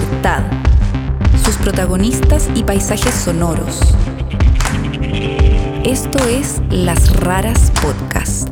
libertad, sus protagonistas y paisajes sonoros. Esto es Las Raras Podcast.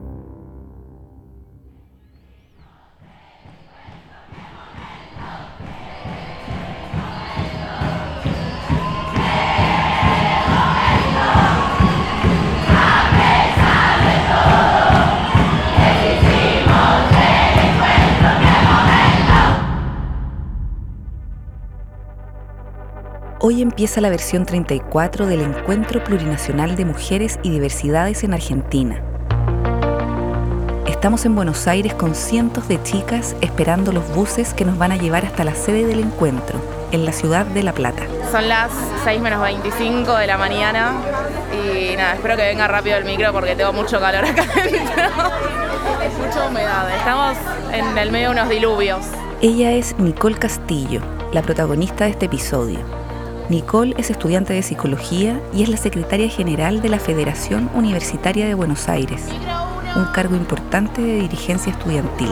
Hoy empieza la versión 34 del Encuentro Plurinacional de Mujeres y Diversidades en Argentina. Estamos en Buenos Aires con cientos de chicas esperando los buses que nos van a llevar hasta la sede del encuentro, en la ciudad de La Plata. Son las 6:25 de la mañana y nada, espero que venga rápido el micro porque tengo mucho calor acá adentro. Mucha humedad, estamos en el medio de unos diluvios. Ella es Nicole Castillo, la protagonista de este episodio. Nicole es estudiante de psicología y es la secretaria general de la Federación Universitaria de Buenos Aires, un cargo importante de dirigencia estudiantil.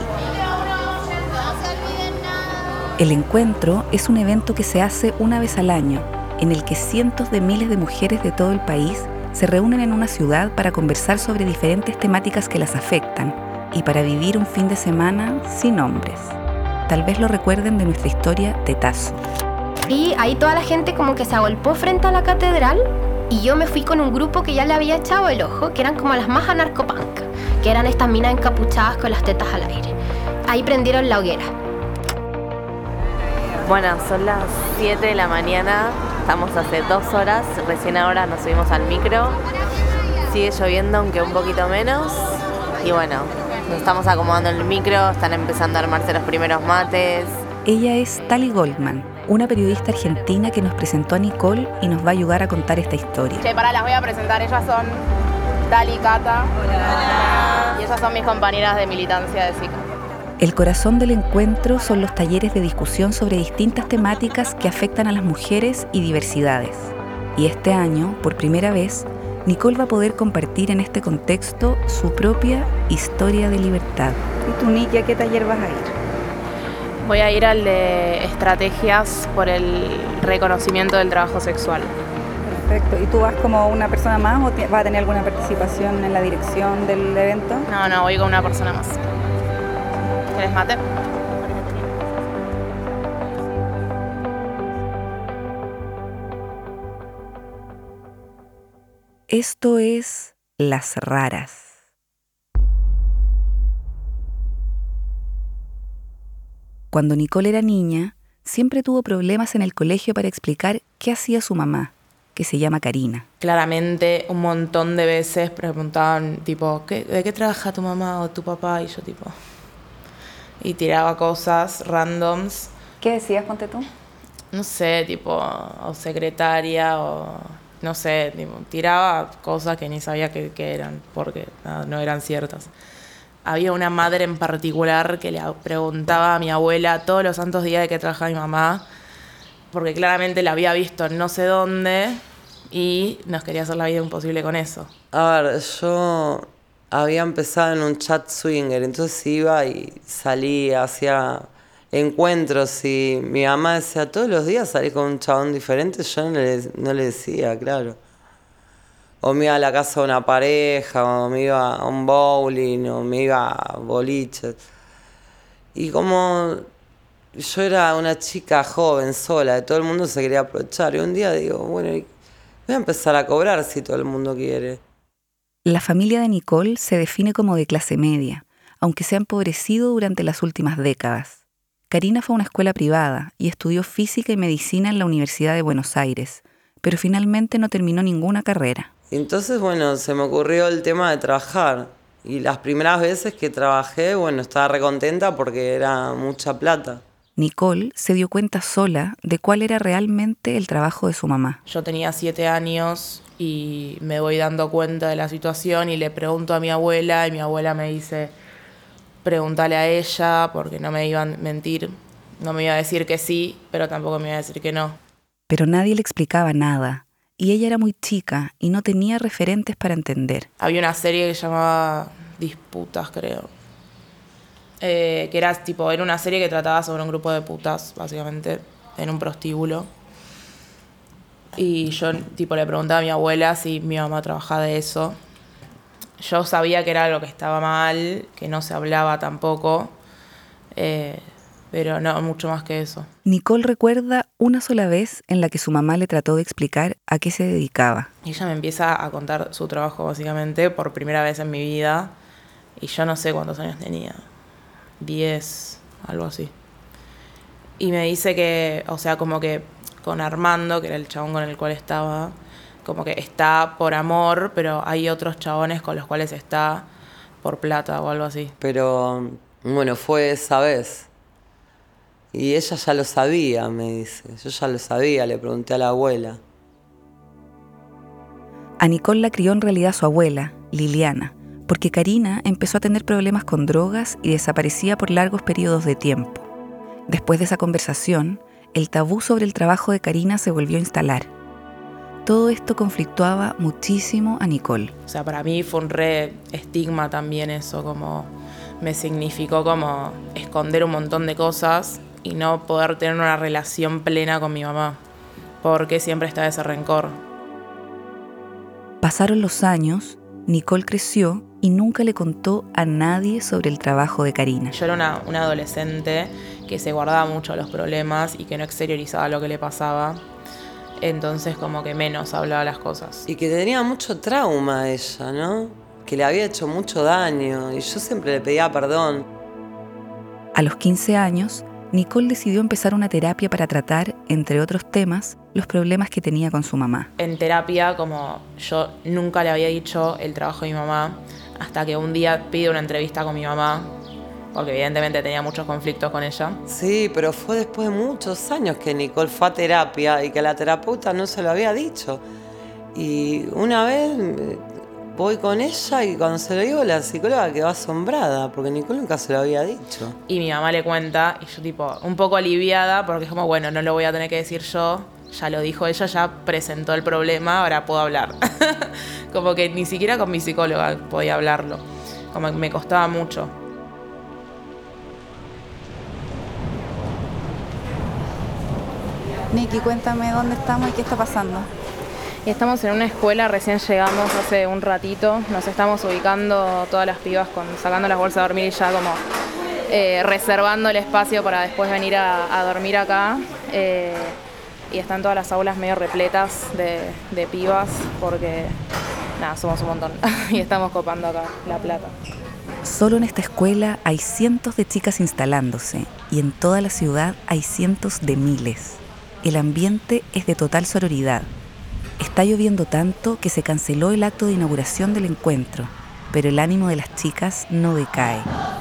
El encuentro es un evento que se hace una vez al año, en el que cientos de miles de mujeres de todo el país se reúnen en una ciudad para conversar sobre diferentes temáticas que las afectan y para vivir un fin de semana sin hombres. Tal vez lo recuerden de nuestra historia Tetazo. Y ahí toda la gente como que se agolpó frente a la catedral y yo me fui con un grupo que ya le había echado el ojo, que eran como las más anarcopunk, que eran estas minas encapuchadas con las tetas al aire. Ahí prendieron la hoguera. Bueno, son las 7 de la mañana, estamos hace 2 horas, recién ahora nos subimos al micro. Sigue lloviendo, aunque un poquito menos. Y bueno, nos estamos acomodando en el micro, están empezando a armarse los primeros mates. Ella es Tali Goldman, una periodista argentina que nos presentó a Nicole y nos va a ayudar a contar esta historia. Las voy a presentar, ellas son Tali y Cata. Hola. Y ellas son mis compañeras de militancia de SICA. El corazón del encuentro son los talleres de discusión sobre distintas temáticas que afectan a las mujeres y diversidades. Y este año, por primera vez, Nicole va a poder compartir en este contexto su propia historia de libertad. ¿Y tú, Niki, a qué taller vas a ir? Voy a ir al de estrategias por el reconocimiento del trabajo sexual. Perfecto. ¿Y tú vas como una persona más o vas a tener alguna participación en la dirección del evento? No, voy con una persona más. ¿Quieres mate? Esto es Las Raras. Cuando Nicole era niña, siempre tuvo problemas en el colegio para explicar qué hacía su mamá, que se llama Karina. Claramente, un montón de veces preguntaban, tipo, ¿de qué trabaja tu mamá o tu papá? Y yo, tipo... Y tiraba cosas randoms. ¿Qué decías, ponte tú? No sé, tipo, o secretaria, o... No sé, tipo, tiraba cosas que ni sabía qué eran, porque no eran ciertas. Había una madre en particular que le preguntaba a mi abuela todos los santos días de qué trabajaba mi mamá, porque claramente la había visto en no sé dónde y nos quería hacer la vida imposible con eso. A ver, yo había empezado en un chat swinger, entonces iba y salía, hacía encuentros y mi mamá decía, todos los días salí con un chabón diferente, yo no le decía, claro. O me iba a la casa de una pareja, o me iba a un bowling, o me iba a boliches. Y como yo era una chica joven, sola, de todo el mundo se quería aprovechar. Y un día digo, bueno, voy a empezar a cobrar si todo el mundo quiere. La familia de Nicole se define como de clase media, aunque se ha empobrecido durante las últimas décadas. Karina fue a una escuela privada y estudió física y medicina en la Universidad de Buenos Aires, pero finalmente no terminó ninguna carrera. Entonces, bueno, se me ocurrió el tema de trabajar. Y las primeras veces que trabajé, bueno, estaba recontenta porque era mucha plata. Nicole se dio cuenta sola de cuál era realmente el trabajo de su mamá. Yo tenía 7 años y me voy dando cuenta de la situación y le pregunto a mi abuela y mi abuela me dice, pregúntale a ella porque no me iban a mentir. No me iba a decir que sí, pero tampoco me iba a decir que no. Pero nadie le explicaba nada. Y ella era muy chica y no tenía referentes para entender. Había una serie que se llamaba Disputas, creo. Que era una serie que trataba sobre un grupo de putas, básicamente. en un prostíbulo. Y yo tipo le preguntaba a mi abuela si mi mamá trabajaba de eso. Yo sabía que era algo que estaba mal, que no se hablaba tampoco, pero no mucho más que eso. Nicole recuerda una sola vez en la que su mamá le trató de explicar a qué se dedicaba. Y ella me empieza a contar su trabajo básicamente por primera vez en mi vida. Y yo no sé cuántos años tenía, 10, algo así. Y me dice que, o sea, como que con Armando, que era el chabón con el cual estaba, como que está por amor, pero hay otros chabones con los cuales está por plata o algo así. Pero, bueno, fue esa vez. Y ella ya lo sabía, me dice. Yo ya lo sabía, le pregunté a la abuela. A Nicole la crió en realidad su abuela, Liliana, porque Karina empezó a tener problemas con drogas y desaparecía por largos periodos de tiempo. Después de esa conversación, el tabú sobre el trabajo de Karina se volvió a instalar. Todo esto conflictuaba muchísimo a Nicole. O sea, para mí fue un re estigma también eso, como me significó como esconder un montón de cosas y no poder tener una relación plena con mi mamá, porque siempre estaba ese rencor. Pasaron los años, Nicole creció y nunca le contó a nadie sobre el trabajo de Karina. Yo era una adolescente que se guardaba mucho los problemas y que no exteriorizaba lo que le pasaba. Entonces como que menos hablaba las cosas. Y que tenía mucho trauma ella, ¿no? Que le había hecho mucho daño y yo siempre le pedía perdón. A los 15 años, Nicole decidió empezar una terapia para tratar, entre otros temas, los problemas que tenía con su mamá. En terapia, como yo nunca le había dicho el trabajo de mi mamá, hasta que un día pide una entrevista con mi mamá, porque evidentemente tenía muchos conflictos con ella. Sí, pero fue después de muchos años que Nicole fue a terapia y que la terapeuta no se lo había dicho. Y una vez voy con ella y cuando se lo digo, la psicóloga quedó asombrada, porque Nicole nunca se lo había dicho. Y mi mamá le cuenta, y yo tipo, un poco aliviada, porque es como, bueno, no lo voy a tener que decir yo, ya lo dijo ella, ya presentó el problema, ahora puedo hablar. Como que ni siquiera con mi psicóloga podía hablarlo, como que me costaba mucho. Niki, cuéntame dónde estamos y qué está pasando. Y estamos en una escuela, recién llegamos hace un ratito, nos estamos ubicando todas las pibas sacando las bolsas a dormir y ya como reservando el espacio para después venir a dormir acá. Y están todas las aulas medio repletas de pibas porque, nada, somos un montón y estamos copando acá La Plata. Solo en esta escuela hay cientos de chicas instalándose y en toda la ciudad hay cientos de miles. El ambiente es de total sororidad. Está lloviendo tanto que se canceló el acto de inauguración del encuentro, pero el ánimo de las chicas no decae.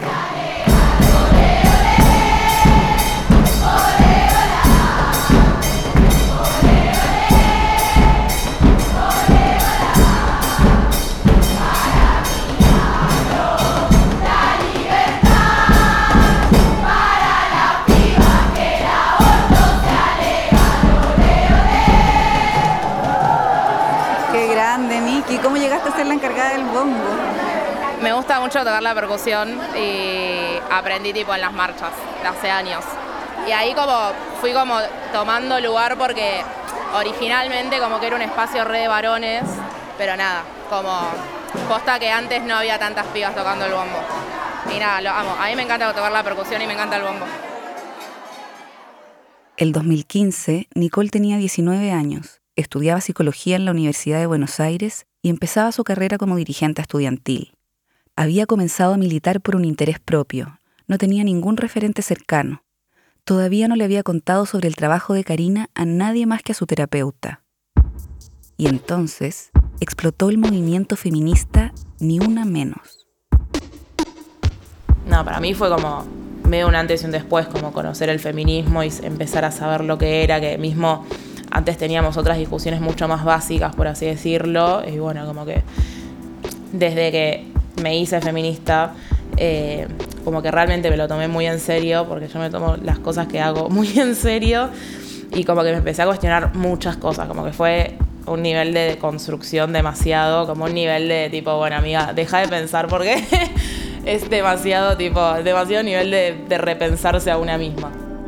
¿Y cómo llegaste a ser la encargada del bombo? Me gusta mucho tocar la percusión y aprendí tipo en las marchas de hace años. Y ahí fui tomando lugar porque originalmente como que era un espacio re de varones, pero nada, como posta que antes no había tantas pibas tocando el bombo. Y nada, lo amo. A mí me encanta tocar la percusión y me encanta el bombo. El 2015, Nicole tenía 19 años, estudiaba psicología en la Universidad de Buenos Aires y empezaba su carrera como dirigente estudiantil. Había comenzado a militar por un interés propio, no tenía ningún referente cercano. Todavía no le había contado sobre el trabajo de Karina a nadie más que a su terapeuta. Y entonces explotó el movimiento feminista Ni Una Menos. No, para mí fue como medio un antes y un después, como conocer el feminismo y empezar a saber lo que era, que mismo antes teníamos otras discusiones mucho más básicas, por así decirlo, y bueno, como que desde que me hice feminista, como que realmente me lo tomé muy en serio, porque yo me tomo las cosas que hago muy en serio, y como que me empecé a cuestionar muchas cosas, como que fue un nivel de construcción demasiado, como un nivel de tipo, bueno amiga, deja de pensar porque es demasiado nivel de repensarse a una misma.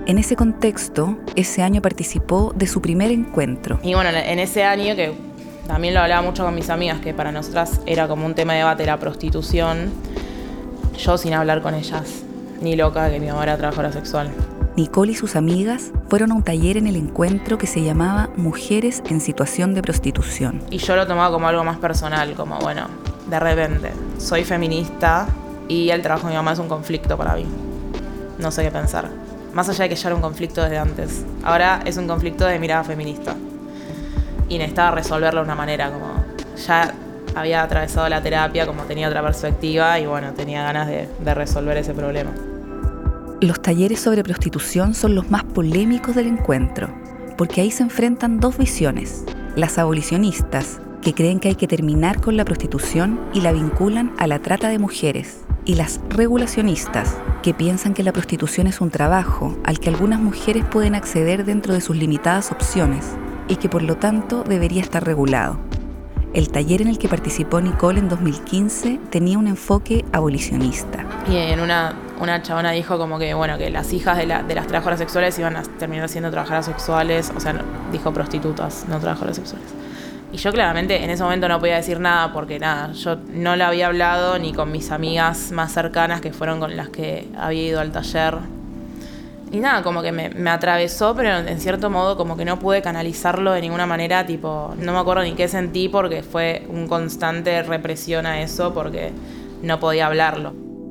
En ese contexto, ese año participó de su primer encuentro. Y bueno, en ese año, que también lo hablaba mucho con mis amigas, que para nosotras era como un tema de debate la prostitución, yo sin hablar con ellas, ni loca que mi mamá era trabajadora sexual. Nicole y sus amigas fueron a un taller en el encuentro que se llamaba Mujeres en Situación de Prostitución. Y yo lo tomaba como algo más personal, como bueno, de repente, soy feminista y el trabajo de mi mamá es un conflicto para mí. No sé qué pensar. Más allá de que ya era un conflicto desde antes. Ahora es un conflicto de mirada feminista. Y necesitaba resolverlo de una manera, como ya había atravesado la terapia, como tenía otra perspectiva y bueno, tenía ganas de resolver ese problema. Los talleres sobre prostitución son los más polémicos del encuentro, porque ahí se enfrentan dos visiones. Las abolicionistas, que creen que hay que terminar con la prostitución y la vinculan a la trata de mujeres, y las regulacionistas, que piensan que la prostitución es un trabajo al que algunas mujeres pueden acceder dentro de sus limitadas opciones y que por lo tanto debería estar regulado. El taller en el que participó Nicole en 2015 tenía un enfoque abolicionista. Y en una chabona dijo como que, bueno, que las hijas de las trabajadoras sexuales iban a terminar siendo trabajadoras sexuales, o sea, no, dijo prostitutas, no trabajadoras sexuales. Y yo claramente en ese momento no podía decir nada porque nada, yo no lo había hablado ni con mis amigas más cercanas que fueron con las que había ido al taller. Y nada, como que me atravesó, pero en cierto modo como que no pude canalizarlo de ninguna manera, tipo, no me acuerdo ni qué sentí porque fue un constante represión a eso porque no podía hablarlo.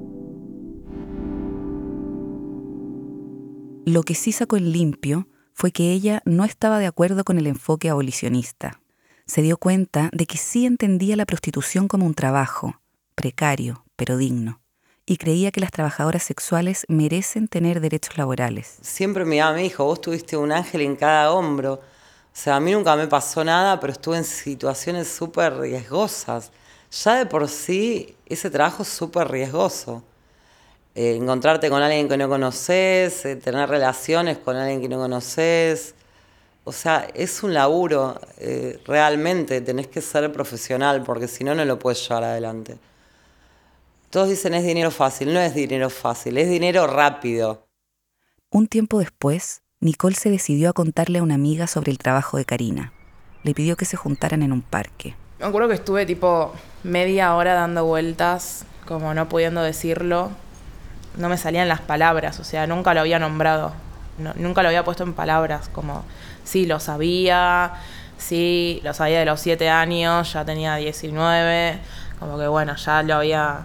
Lo que sí sacó en limpio fue que ella no estaba de acuerdo con el enfoque abolicionista. Se dio cuenta de que sí entendía la prostitución como un trabajo, precario, pero digno, y creía que las trabajadoras sexuales merecen tener derechos laborales. Siempre mi mamá me dijo, vos tuviste un ángel en cada hombro. O sea, a mí nunca me pasó nada, pero estuve en situaciones súper riesgosas. Ya de por sí, ese trabajo es súper riesgoso. Encontrarte con alguien que no conoces, tener relaciones con alguien que no conoces. O sea, es un laburo, realmente tenés que ser profesional porque si no, no lo puedes llevar adelante. Todos dicen es dinero fácil, no es dinero fácil, es dinero rápido. Un tiempo después, Nicole se decidió a contarle a una amiga sobre el trabajo de Karina. Le pidió que se juntaran en un parque. Me acuerdo que estuve tipo media hora dando vueltas, como no pudiendo decirlo. No me salían las palabras, o sea, nunca lo había nombrado. Nunca lo había puesto en palabras, como sí, lo sabía de los 7 años, ya tenía 19, como que bueno, ya lo había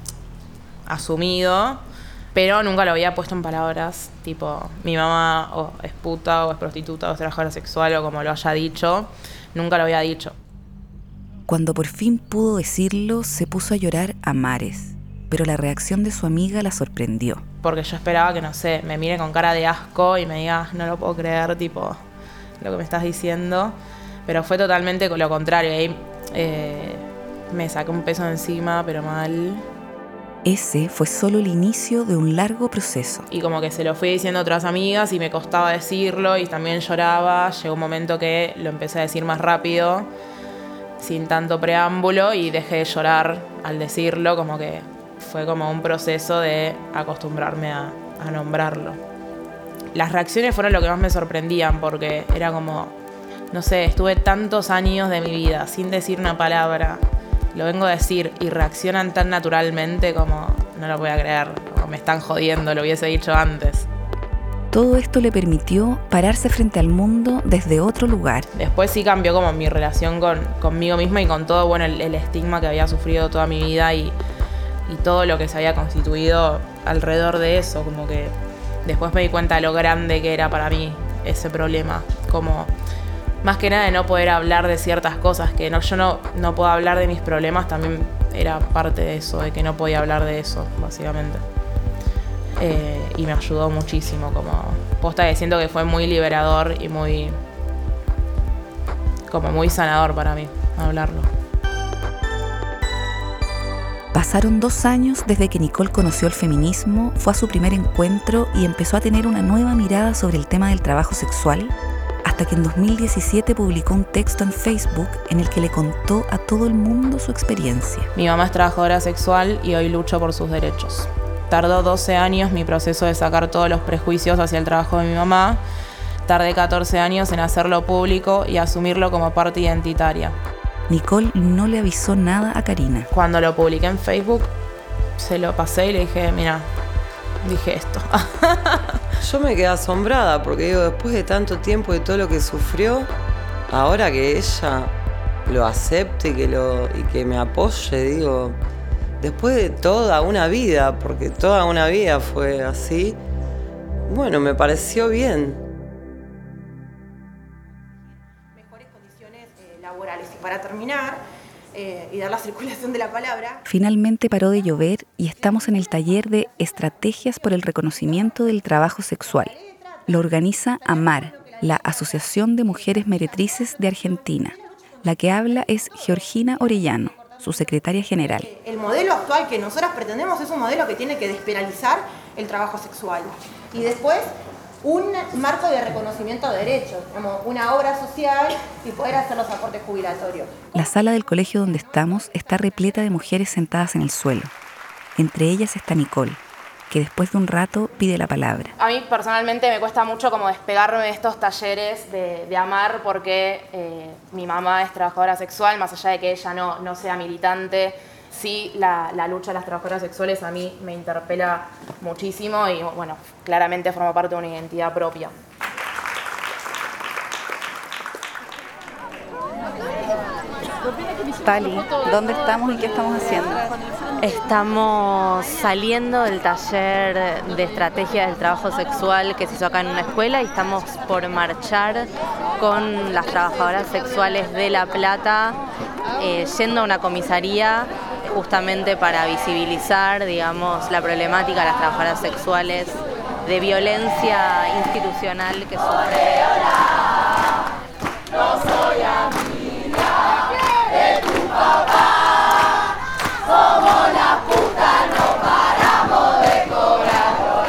asumido, pero nunca lo había puesto en palabras, tipo, mi mamá o es puta, o es prostituta, o es trabajadora sexual, o como lo haya dicho, nunca lo había dicho. Cuando por fin pudo decirlo, se puso a llorar a mares, pero la reacción de su amiga la sorprendió. Porque yo esperaba que, no sé, me mire con cara de asco y me diga, no lo puedo creer, tipo, lo que me estás diciendo. Pero fue totalmente lo contrario. Ahí me saqué un peso de encima, pero mal. Ese fue solo el inicio de un largo proceso. Y como que se lo fui diciendo a otras amigas y me costaba decirlo y también lloraba. Llegó un momento que lo empecé a decir más rápido, sin tanto preámbulo, y dejé de llorar al decirlo, como que fue como un proceso de acostumbrarme a nombrarlo. Las reacciones fueron lo que más me sorprendían, porque era como, no sé, estuve tantos años de mi vida sin decir una palabra, lo vengo a decir y reaccionan tan naturalmente como, no lo voy a creer, como me están jodiendo, lo hubiese dicho antes. Todo esto le permitió pararse frente al mundo desde otro lugar. Después sí cambió como mi relación conmigo misma y con todo, bueno, el estigma que había sufrido toda mi vida y todo lo que se había constituido alrededor de eso, como que después me di cuenta de lo grande que era para mí ese problema, como más que nada de no poder hablar de ciertas cosas, que yo no puedo hablar de mis problemas, también era parte de eso, de que no podía hablar de eso, básicamente. Y me ayudó muchísimo, como posta que siento que fue muy liberador y muy sanador para mí hablarlo. Pasaron 2 años desde que Nicole conoció el feminismo, fue a su primer encuentro y empezó a tener una nueva mirada sobre el tema del trabajo sexual, hasta que en 2017 publicó un texto en Facebook en el que le contó a todo el mundo su experiencia. Mi mamá es trabajadora sexual y hoy lucho por sus derechos. tardó 12 años mi proceso de sacar todos los prejuicios hacia el trabajo de mi mamá. Tardé 14 años en hacerlo público y asumirlo como parte identitaria. Nicole no le avisó nada a Karina. Cuando lo publiqué en Facebook, se lo pasé y le dije, mira, dije esto. Yo me quedé asombrada porque digo, después de tanto tiempo y todo lo que sufrió, ahora que ella lo acepte y que me apoye, digo, después de toda una vida, porque toda una vida fue así, bueno, me pareció bien. Mejores condiciones laborales. Y para terminar, y dar la circulación de la palabra. Finalmente paró de llover y estamos en el taller de Estrategias por el Reconocimiento del Trabajo Sexual. Lo organiza AMAR, la Asociación de Mujeres Meretrices de Argentina. La que habla es Georgina Orellano, su secretaria general. El modelo actual que nosotras pretendemos es un modelo que tiene que despenalizar el trabajo sexual. Y después, un marco de reconocimiento de derechos, como una obra social y poder hacer los aportes jubilatorios. La sala del colegio donde estamos está repleta de mujeres sentadas en el suelo. Entre ellas está Nicole, que después de un rato pide la palabra. A mí personalmente me cuesta mucho como despegarme de estos talleres de AMAR porque mi mamá es trabajadora sexual, más allá de que ella no sea militante. Sí, la lucha de las trabajadoras sexuales a mí me interpela muchísimo y bueno, claramente forma parte de una identidad propia. Tali, ¿dónde estamos y qué estamos haciendo? Estamos saliendo del taller de estrategia del trabajo sexual que se hizo acá en una escuela y estamos por marchar con las trabajadoras sexuales de La Plata, yendo a una comisaría justamente para visibilizar, digamos, la problemática de las trabajadoras sexuales de violencia institucional que sufren. No soy amiga de tu papá, somos las putas, no paramos de cobrar.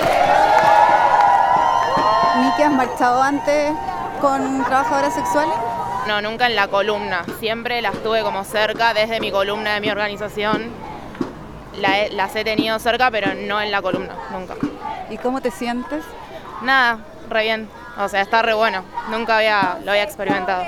Miki, ¿has marchado antes con trabajadoras sexuales? No, nunca en la columna, siempre las tuve como cerca, desde mi columna de mi organización. Las he tenido cerca, pero no en la columna, nunca. ¿Y cómo te sientes? Nada, re bien, o sea, está re bueno, nunca lo había experimentado.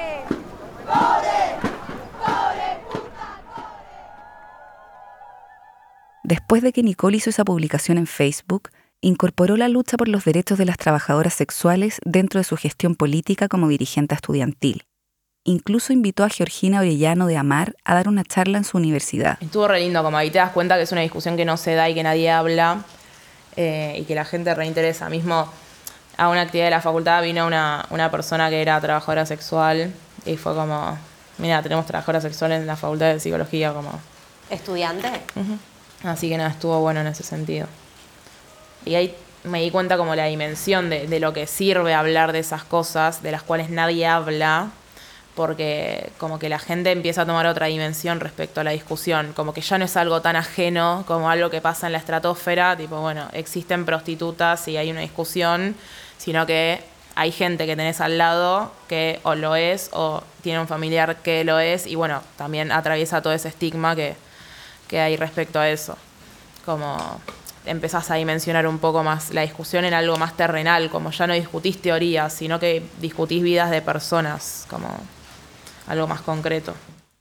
Después de que Nicole hizo esa publicación en Facebook, incorporó la lucha por los derechos de las trabajadoras sexuales dentro de su gestión política como dirigente estudiantil. Incluso invitó a Georgina Orellano de AMAR a dar una charla en su universidad. Estuvo re lindo, como ahí te das cuenta que es una discusión que no se da y que nadie habla y que la gente reinteresa. Mismo a una actividad de la facultad vino una persona que era trabajadora sexual y fue como, mira, tenemos trabajadoras sexuales en la facultad de psicología. Como ¿Estudiante? Uh-huh. Así que nada, estuvo bueno en ese sentido. Y ahí me di cuenta como la dimensión de lo que sirve hablar de esas cosas, de las cuales nadie habla, porque como que la gente empieza a tomar otra dimensión respecto a la discusión, como que ya no es algo tan ajeno como algo que pasa en la estratosfera, tipo, bueno, existen prostitutas y hay una discusión, sino que hay gente que tenés al lado que o lo es o tiene un familiar que lo es, y bueno, también atraviesa todo ese estigma que hay respecto a eso. Como empezás a dimensionar un poco más la discusión en algo más terrenal, como ya no discutís teorías, sino que discutís vidas de personas, como algo más concreto.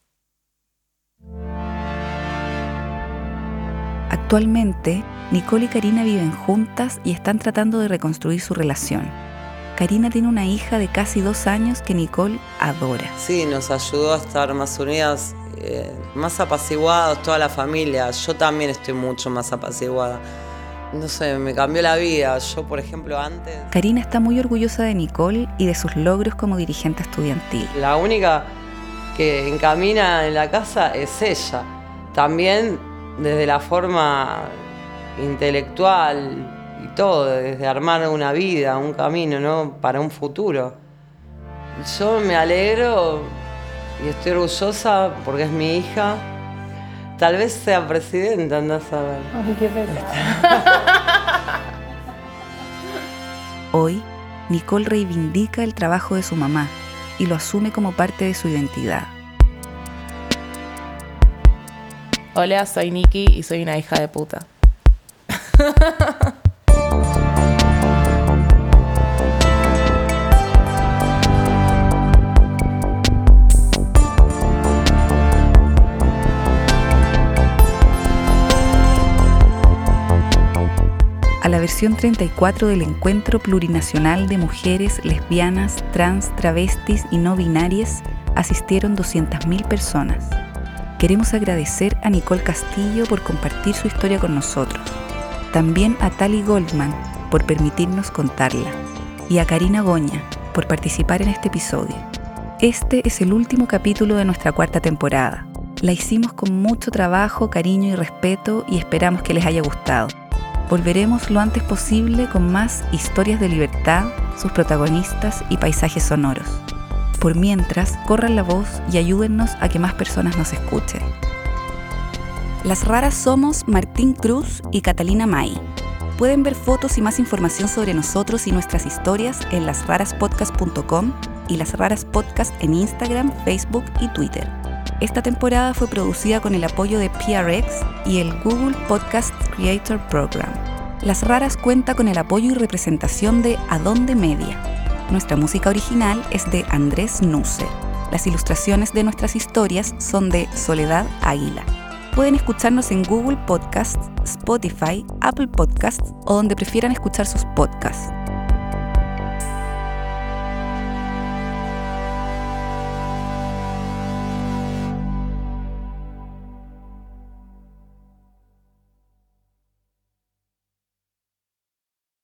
Actualmente, Nicole y Karina viven juntas y están tratando de reconstruir su relación. Karina tiene una hija de casi 2 años que Nicole adora. Sí, nos ayudó a estar más unidas, más apaciguados, toda la familia. Yo también estoy mucho más apaciguada. No sé, me cambió la vida. Yo, por ejemplo, antes... Karina está muy orgullosa de Nicole y de sus logros como dirigente estudiantil. La única que encamina en la casa es ella. También desde la forma intelectual y todo, desde armar una vida, un camino, ¿no? Para un futuro. Yo me alegro y estoy orgullosa porque es mi hija. Tal vez sea presidenta, andás a ver. Ay, qué pesada. Hoy, Nicole reivindica el trabajo de su mamá y lo asume como parte de su identidad. Hola, soy Nikki y soy una hija de puta. A la versión 34 del Encuentro Plurinacional de Mujeres Lesbianas, Trans, Travestis y No Binarias asistieron 200.000 personas. Queremos agradecer a Nicole Castillo por compartir su historia con nosotros, también a Tali Goldman por permitirnos contarla y a Karina Goña por participar en este episodio. Este es el último capítulo de nuestra 4ª temporada. La hicimos con mucho trabajo, cariño y respeto y esperamos que les haya gustado. Volveremos lo antes posible con más historias de libertad, sus protagonistas y paisajes sonoros. Por mientras, corran la voz y ayúdennos a que más personas nos escuchen. Las raras somos Martín Cruz y Catalina May. Pueden ver fotos y más información sobre nosotros y nuestras historias en lasraraspodcast.com y Las Raras Podcast en Instagram, Facebook y Twitter. Esta temporada fue producida con el apoyo de PRX y el Google Podcast Creator Program. Las Raras cuenta con el apoyo y representación de Adonde Media. Nuestra música original es de Andrés Nusser. Las ilustraciones de nuestras historias son de Soledad Águila. Pueden escucharnos en Google Podcasts, Spotify, Apple Podcasts o donde prefieran escuchar sus podcasts.